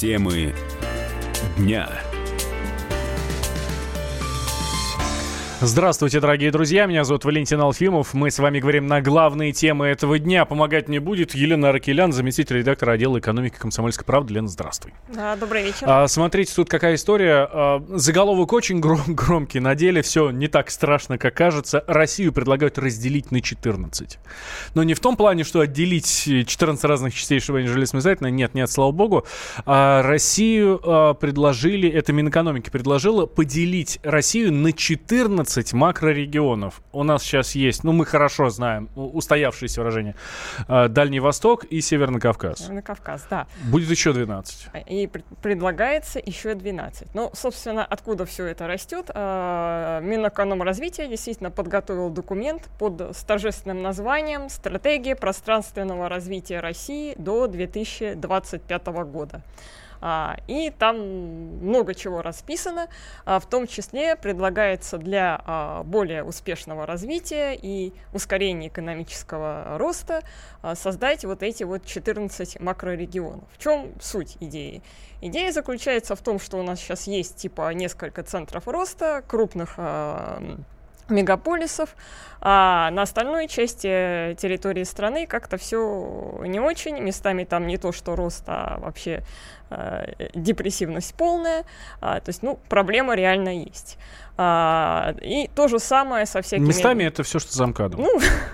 Темы дня. Здравствуйте, дорогие друзья, меня зовут Валентин Алфимов. Мы с вами говорим на главные темы этого дня. Помогать мне будет Елена Аракелян, заместитель редактора отдела экономики «Комсомольской правды». Лена, здравствуй. Да, добрый вечер. Смотрите, тут какая история. Заголовок очень громкий. На деле все не так страшно, как кажется. Россию предлагают разделить на 14. Но не в том плане, что отделить 14 разных частей, чтобы они жили самостоятельно. Нет, слава богу. Россию предложили, это Минэкономики предложило, поделить Россию на 14 макрорегионов. У нас сейчас есть, мы хорошо знаем, устоявшееся выражение, Дальний Восток и Северный Кавказ. Северный Кавказ, да. Будет еще 12. И предлагается еще 12. Собственно, откуда все это растет? Минэкономразвития действительно подготовил документ с торжественным названием «Стратегия пространственного развития России до 2025 года». И там много чего расписано, в том числе предлагается для более успешного развития и ускорения экономического роста создать вот эти 14 макрорегионов. В чем суть идеи? Идея заключается в том, что у нас сейчас есть несколько центров роста, крупных мегаполисов, а на остальной части территории страны как-то все не очень. Местами там не то что рост, а вообще депрессивность полная. То есть, проблема реально есть. И то же самое со всякими... Местами это все, что за МКАДом.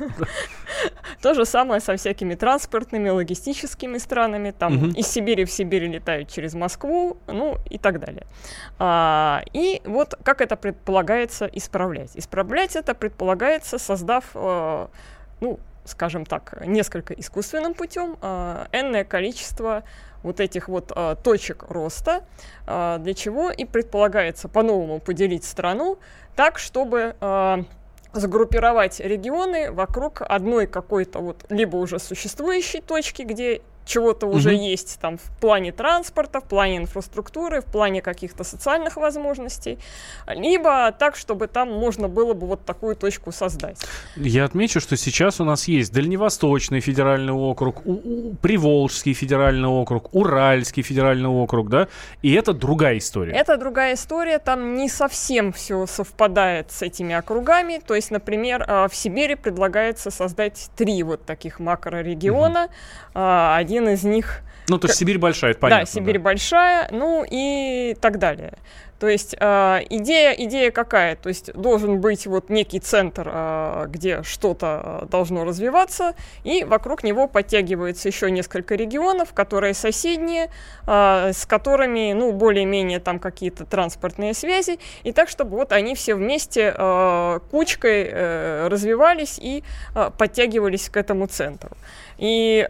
То же самое со всякими транспортными, логистическими странами. Там из Сибири в Сибирь летают через Москву, и так далее. И вот как это предполагается исправлять? Исправлять это предполагается, создав, скажем так, несколько искусственным путем, энное количество вот этих точек роста, для чего и предполагается по-новому поделить страну так, чтобы сгруппировать регионы вокруг одной какой-то либо уже существующей точки, где чего-то уже есть там в плане транспорта, в плане инфраструктуры, в плане каких-то социальных возможностей, либо так, чтобы там можно было бы такую точку создать. Я отмечу, что сейчас у нас есть Дальневосточный федеральный округ, Приволжский федеральный округ, Уральский федеральный округ, да, и это другая история. Это другая история, там не совсем все совпадает с этими округами, то есть, например, в Сибири предлагается создать 3 таких макрорегиона, один из них... то есть Сибирь большая, это понятно. Да, Сибирь большая, и так далее. То есть идея какая? То есть должен быть некий центр, где что-то должно развиваться, и вокруг него подтягивается еще несколько регионов, которые соседние, с которыми, более-менее там какие-то транспортные связи, и так, чтобы они все вместе кучкой развивались и подтягивались к этому центру. И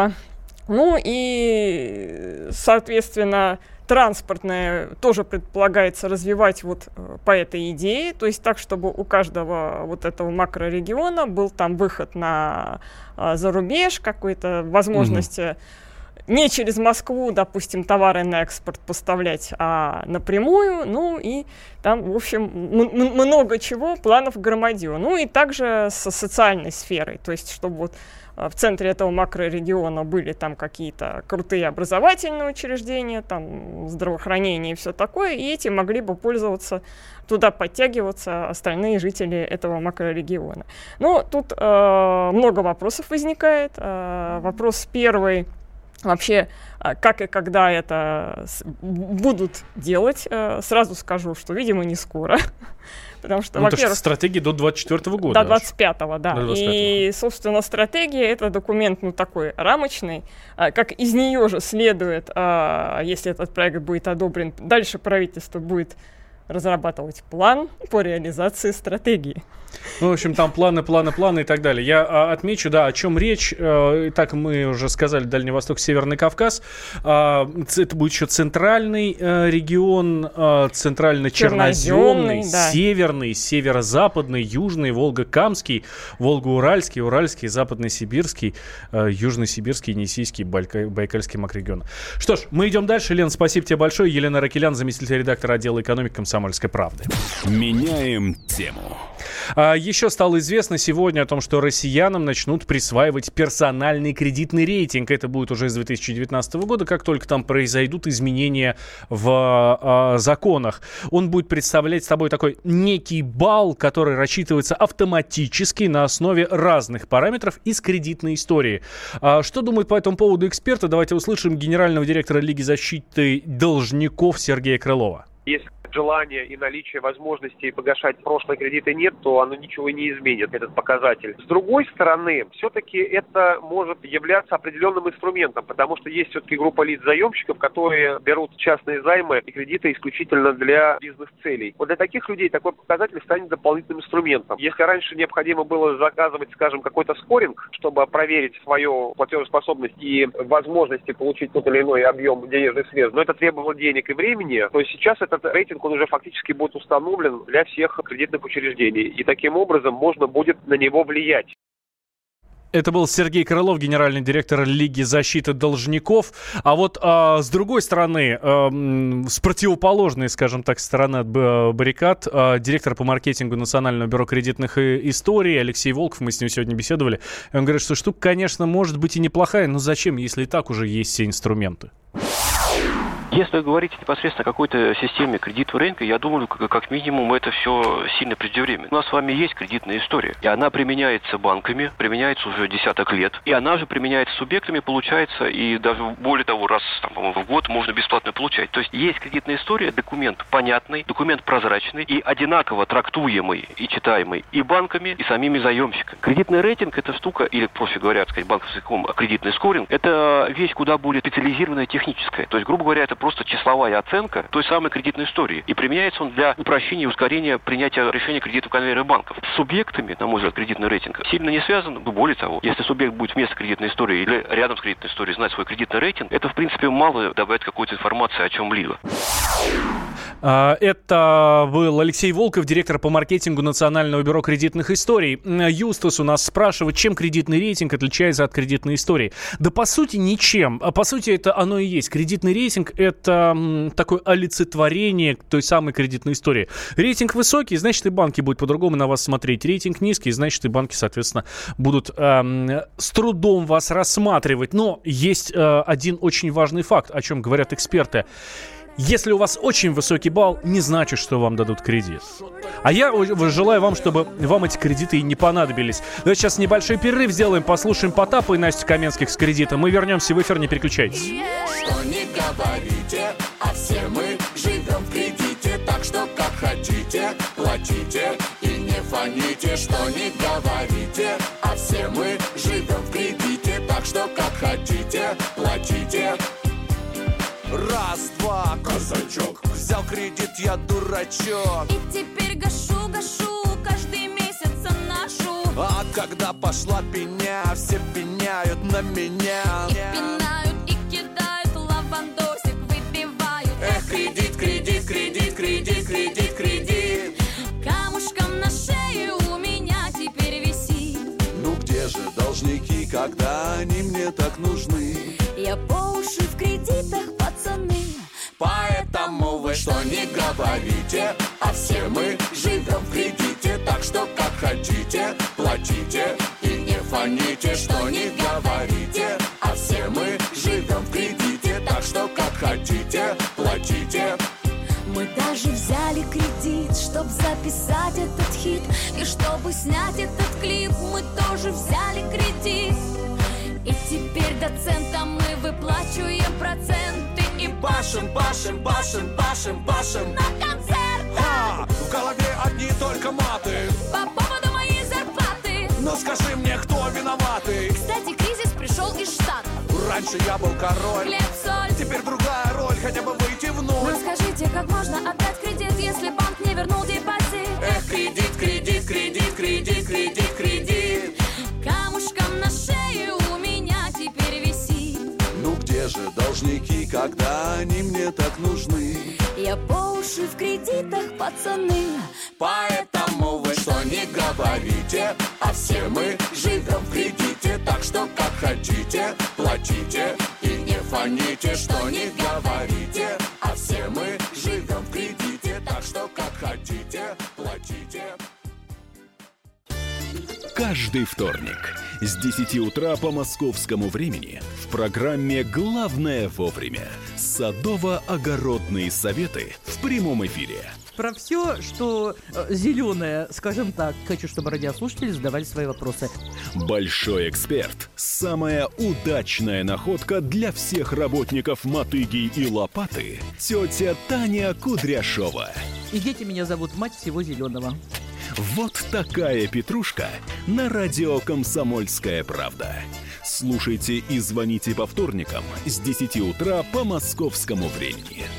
соответственно, транспортное тоже предполагается развивать по этой идее, то есть так, чтобы у каждого этого макрорегиона был там выход за рубеж, какой-то возможности не через Москву, допустим, товары на экспорт поставлять, а напрямую, и там, в общем, много чего, планов громадье. И также со социальной сферой, то есть чтобы в центре этого макрорегиона были там какие-то крутые образовательные учреждения, там здравоохранение и все такое, и эти могли бы пользоваться, туда подтягиваться остальные жители этого макрорегиона. Тут много вопросов возникает. Вопрос первый. Вообще, как и когда это будут делать, сразу скажу, что, видимо, не скоро. Потому что, во-первых... стратегия до 24 года. До 25-го, да. И, собственно, стратегия — это документ, такой рамочный. Как из нее же следует, если этот проект будет одобрен, дальше правительство будет разрабатывать план по реализации стратегии. В общем, там планы и так далее. Я отмечу, о чем речь. Так мы уже сказали, Дальний Восток, Северный Кавказ. Это будет еще центральный регион, центрально-черноземный, северный, северо-западный, южный, Волго-Камский, Волго-Уральский, Уральский, Западно-Сибирский, Южно-Сибирский, Енисейский, Байкальский макрорегион. Что ж, мы идем дальше. Лен, спасибо тебе большое. Елена Аракелян, заместитель редактора отдела экономики «Комсомольской правды». Меняем тему. Еще стало известно сегодня о том, что россиянам начнут присваивать персональный кредитный рейтинг. Это будет уже с 2019 года, как только там произойдут изменения в законах. Он будет представлять собой такой некий балл, который рассчитывается автоматически на основе разных параметров из кредитной истории. Что думают по этому поводу эксперты? Давайте услышим генерального директора Лиги защиты должников Сергея Крылова. Если желания и наличия возможности погашать прошлые кредиты нет, то оно ничего не изменит, этот показатель. С другой стороны, все-таки это может являться определенным инструментом, потому что есть все-таки группа лиц-заемщиков, которые берут частные займы и кредиты исключительно для бизнес-целей. Вот для таких людей такой показатель станет дополнительным инструментом. Если раньше необходимо было заказывать, скажем, какой-то скоринг, чтобы проверить свою платежеспособность и возможности получить тот или иной объем денежных средств, но это требовало денег и времени, то сейчас этот рейтинг он уже фактически будет установлен для всех кредитных учреждений. И таким образом можно будет на него влиять. Это был Сергей Крылов, генеральный директор Лиги защиты должников. А вот с другой стороны, с противоположной, скажем так, стороны от баррикад, директор по маркетингу Национального бюро кредитных историй Алексей Волков, мы с ним сегодня беседовали. Он говорит, что штука, конечно, может быть и неплохая, но зачем, если и так уже есть все инструменты? Если говорить непосредственно о какой-то системе кредитного рынка, я думаю, как минимум это все сильно преждевременно. У нас с вами есть кредитная история, и она применяется банками, применяется уже десяток лет, и она же применяется субъектами, получается, и даже более того, раз там, по-моему, в год можно бесплатно получать. То есть кредитная история, документ понятный, документ прозрачный и одинаково трактуемый и читаемый и банками, и самими заемщиками. Кредитный рейтинг – это штука, или, проще говоря, так сказать, банковским языком, кредитный скоринг – это вещь куда более специализированная, техническая. То есть, грубо говоря, это просто числовая оценка той самой кредитной истории. И применяется он для упрощения и ускорения принятия решения кредитов конвейера банков. С субъектами, на мой взгляд, кредитный рейтинг сильно не связан. Но более того, если субъект будет вместо кредитной истории или рядом с кредитной историей знать свой кредитный рейтинг, это, в принципе, мало добавит какой-то информации о чем-либо. Это был Алексей Волков, директор по маркетингу Национального бюро кредитных историй. Юстас у нас спрашивает, чем кредитный рейтинг отличается от кредитной истории. Да, по сути, ничем. По сути, это оно и есть. Кредитный рейтинг – это такое олицетворение той самой кредитной истории. Рейтинг высокий, значит, и банки будут по-другому на вас смотреть. Рейтинг низкий, значит, и банки, соответственно, будут с трудом вас рассматривать. Но есть один очень важный факт, о чем говорят эксперты. Если у вас очень высокий балл, не значит, что вам дадут кредит. А я желаю вам, чтобы вам эти кредиты и не понадобились. Давайте сейчас небольшой перерыв сделаем, послушаем Потапа и Настю Каменских с кредитом. Мы вернемся в эфир, не переключайтесь. Что не говорите, а все мы живем в кредите. Так что как хотите, платите и не фоните. Что не говорите, а все мы живем в кредите. Так что как хотите, платите. Раз, два, казачок, взял кредит, я дурачок. И теперь гашу, каждый месяц ношу. А когда пошла пеня, все пеняют на меня. И пинают, и кидают, лавандосик выпивают. Эх, кредит, кредит, кредит, кредит, кредит, кредит. Камушком на шее у меня теперь висит. Ну где же должники, когда они мне так нужны? Я по уши в кредитах, пацаны. Поэтому вы что не говорите, а все мы живем в кредите. Так что как хотите, платите и не фоните. Что не говорите, а все мы живем в кредите. Так что как хотите, платите. Мы даже взяли кредит, чтоб записать этот хит. И чтобы снять этот клип, мы тоже взяли кредит. И теперь доцентам мы выплачиваем проценты. И Башим, башим, башим, башим, башим на концерт. В голове одни только маты По поводу моей зарплаты. Но скажи мне, кто виноватый? Кстати, кризис пришел из Штатов. Раньше я был король, Хлеб, соль. теперь другая роль, хотя бы выйти в ноль. Но скажите, как можно отдать кредит, если банк не вернул депозит? Эх, кредит, кредит, кредит, кредит, кредит, кредит. Камушком на шее у меня теперь висит. Ну где же должники, когда они мне так нужны? Я по уши в кредитах, пацаны. Поэтому вы что не говорите, а все мы живем в кредите. Так что как хотите, платите и не фоните. Что не говорите, а все мы живем в кредите. Так что как хотите, платите. Каждый вторник с 10 утра по московскому времени в программе «Главное вовремя» садово-огородные советы в прямом эфире. Про все, что зеленое, скажем так. Хочу, чтобы радиослушатели задавали свои вопросы. Большой эксперт. Самая удачная находка для всех работников мотыги и лопаты. Тетя Таня Кудряшова. И дети меня зовут мать всего зеленого. Вот такая петрушка на радио «Комсомольская правда». Слушайте и звоните по вторникам с 10 утра по московскому времени.